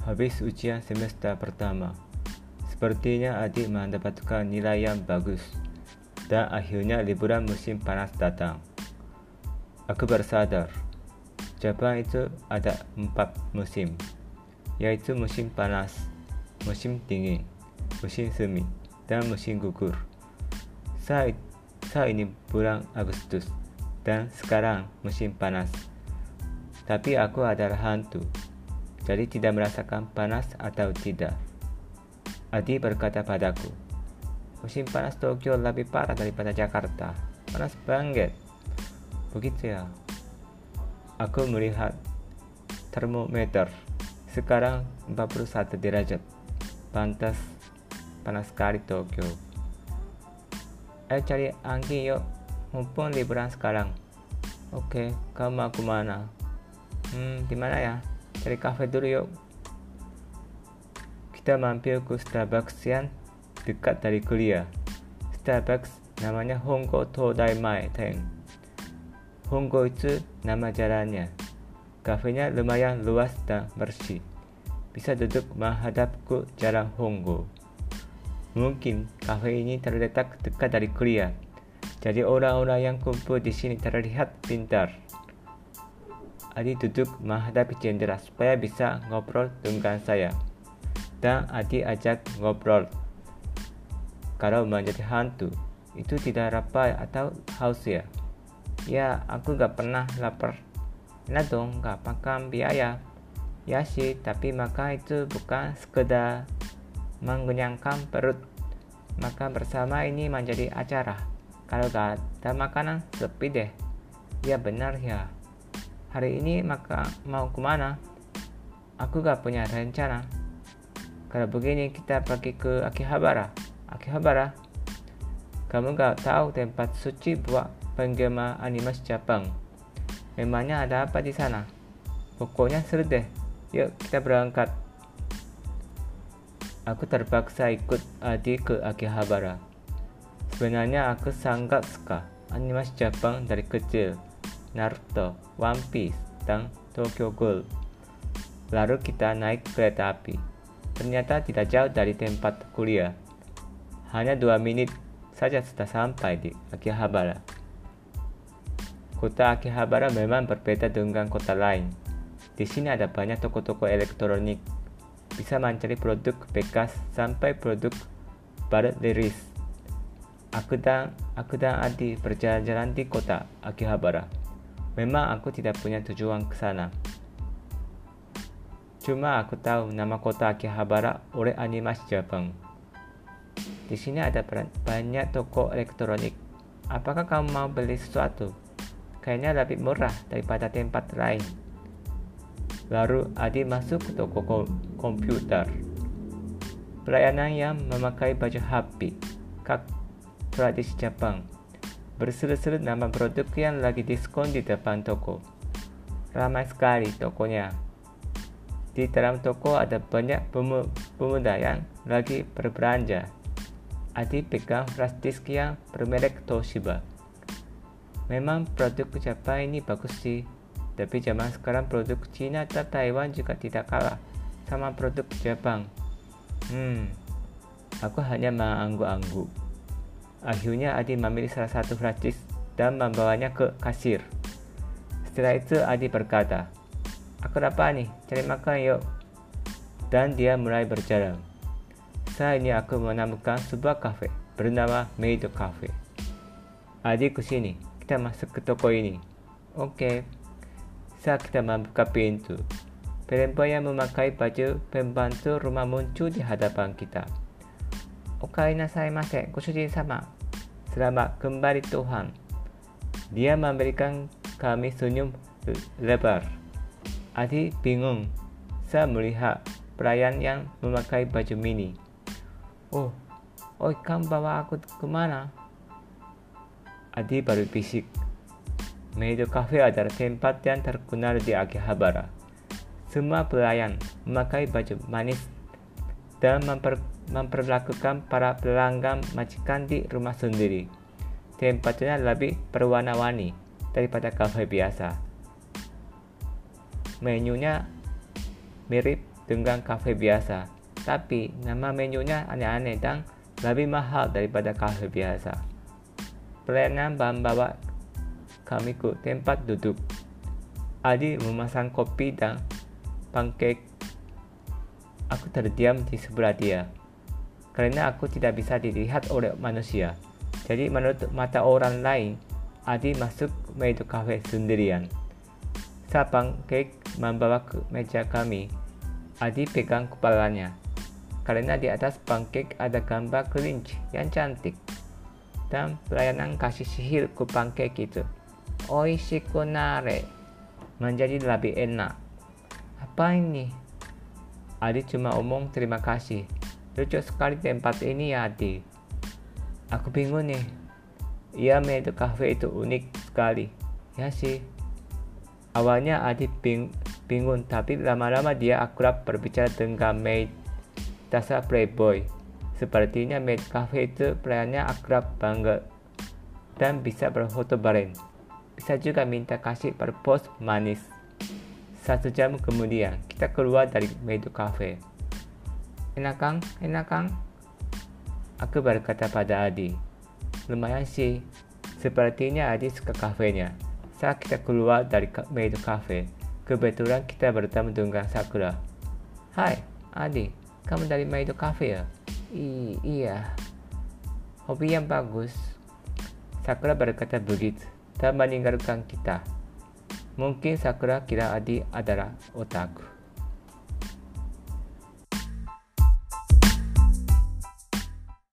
Habis ujian semester pertama, sepertinya adik mendapatkan nilai yang bagus, dan akhirnya liburan musim panas datang. Aku bersadar, Jepang itu ada 4 musim, yaitu musim panas, musim dingin, musim semi, dan musim gugur. Saat ini bulan Agustus, dan sekarang musim panas. Tapi aku adalah hantu, jadi tidak merasakan panas atau tidak. Adi berkata padaku, musim panas Tokyo lebih parah daripada Jakarta. Panas banget. Begitu ya. Aku melihat termometer. Sekarang 41 derajat. Pantas panas sekali Tokyo. Ayo cari angin yuk. Mumpung liburan sekarang. Oke, kamu mau kemana? Di mana ya? Cari kafe dulu yuk. Kita mampir ke Starbucks yang dekat dari kuliah. Starbucks namanya Hongo Todai Mae Ten. Hongo itu nama jalannya. Kafenya lumayan luas dan bersih. Bisa duduk menghadap ke jalan Hongo. Mungkin kafe ini terletak dekat dari kuliah. Jadi orang-orang yang kumpul di sini terlihat pintar. Adi duduk menghadapi jendela supaya bisa ngobrol dengan saya. Dan Adi ajak ngobrol. Kalau menjadi hantu, itu tidak lapar atau haus ya? Ya, aku gak pernah lapar. Enak dong, gak makan biaya. Ya sih, tapi makan itu bukan sekedar mengenyangkan perut. Makan bersama ini menjadi acara. Kalau gak ada makanan, sepi deh. Ya benar ya. Hari ini mau kemana? Aku gak punya rencana. Kalau begini kita pergi ke Akihabara. Akihabara? Kamu gak tahu tempat suci buat penggemar animasi Jepang. Memangnya ada apa di sana? Pokoknya seru deh. Yuk kita berangkat. Aku terpaksa ikut Adi ke Akihabara. Sebenarnya aku sangat suka animasi Jepang dari kecil. Naruto, One Piece, dan Tokyo Ghoul. Lalu kita naik kereta api. Ternyata tidak jauh dari tempat kuliah. Hanya 2 menit saja sudah sampai di Akihabara. Kota Akihabara memang berbeda dengan kota lain. Di sini ada banyak toko-toko elektronik. Bisa mencari produk bekas sampai produk baru rilis. Aku dan Adi berjalan-jalan di kota Akihabara. Memang aku tidak punya tujuan ke sana. Cuma aku tahu nama kota Akihabara oleh animasi Jepang. Di sini ada banyak toko elektronik. Apakah kamu mau beli sesuatu? Kayaknya lebih murah daripada tempat lain. Lalu Adi masuk ke toko komputer. Pelayanan yang memakai baju happy, khas tradisi Jepang. Berselut-selut nama produk yang lagi diskon di depan toko. Ramai sekali tokonya. Di dalam toko ada banyak pemuda yang lagi berbelanja. Adi pegang flash disk yang bermerek Toshiba. Memang produk Jepang ini bagus sih. Tapi zaman sekarang produk Cina atau Taiwan juga tidak kalah sama produk Jepang. Aku hanya mengangguk-angguk. Akhirnya Adi memilih salah satu flash disk dan membawanya ke kasir. Setelah itu Adi berkata, aku lapar nih, cari makan yuk. Dan dia mulai berjalan. Saat ini aku menemukan sebuah kafe bernama Meido Cafe. Adi kesini, kita masuk ke toko ini. Oke. Saat kita membuka pintu, perempuan yang memakai baju pembantu rumah muncul di hadapan kita. Okarinasai Goshujin sama. Selamat kembali Tuhan. Dia memberikan kami senyum lebar. Adi bingung saat melihat pelayan yang memakai baju mini. Kamu bawa aku kemana? Adi baru bisik. Meido Cafe adalah tempat yang terkenal di Akihabara. Semua pelayan memakai baju manis dan memperlakukan para pelanggan majikan di rumah sendiri. Tempatnya lebih berwarna-warni daripada kafe biasa. Menunya mirip dengan kafe biasa. Tapi nama menunya aneh-aneh dan lebih mahal daripada kafe biasa. Pelayan membawa kami ke tempat duduk. Adi memasang kopi dan pancake. Aku terdiam di sebelah dia, karena aku tidak bisa dilihat oleh manusia. Jadi menurut mata orang lain, Adi masuk meja kafe sendirian. Saat pancake membawa ke meja kami, Adi pegang kepalanya, karena di atas pancake ada gambar kelinci yang cantik. Dan pelayan kasih sihir ke pancake itu. Oishiku nare, menjadi lebih enak. Apa ini? Adi cuma omong terima kasih. Lucu sekali tempat ini ya, Adi. Aku bingung nih. Iya, meja kafe itu unik sekali. Ya sih. Awalnya Adi bingung, tapi lama-lama dia akrab berbicara dengan maid dasar playboy. Sepertinya maid cafe itu pelayannya akrab banget dan bisa berfoto bareng. Bisa juga minta kasih berpose manis. 1 jam kemudian kita keluar dari maid cafe. Enak kang? Aku berkata pada Adi. Lumayan sih. Sepertinya Adi suka kafenya. Saat kita keluar dari maid cafe, kebetulan kita bertemu dengan Sakura. Hai, Adi. Kamu dari maid cafe ya? Iya. Hobi yang bagus. Sakura berkata begitu dan meninggalkan kita. Mungkin Sakura kira Adi adalah otaku.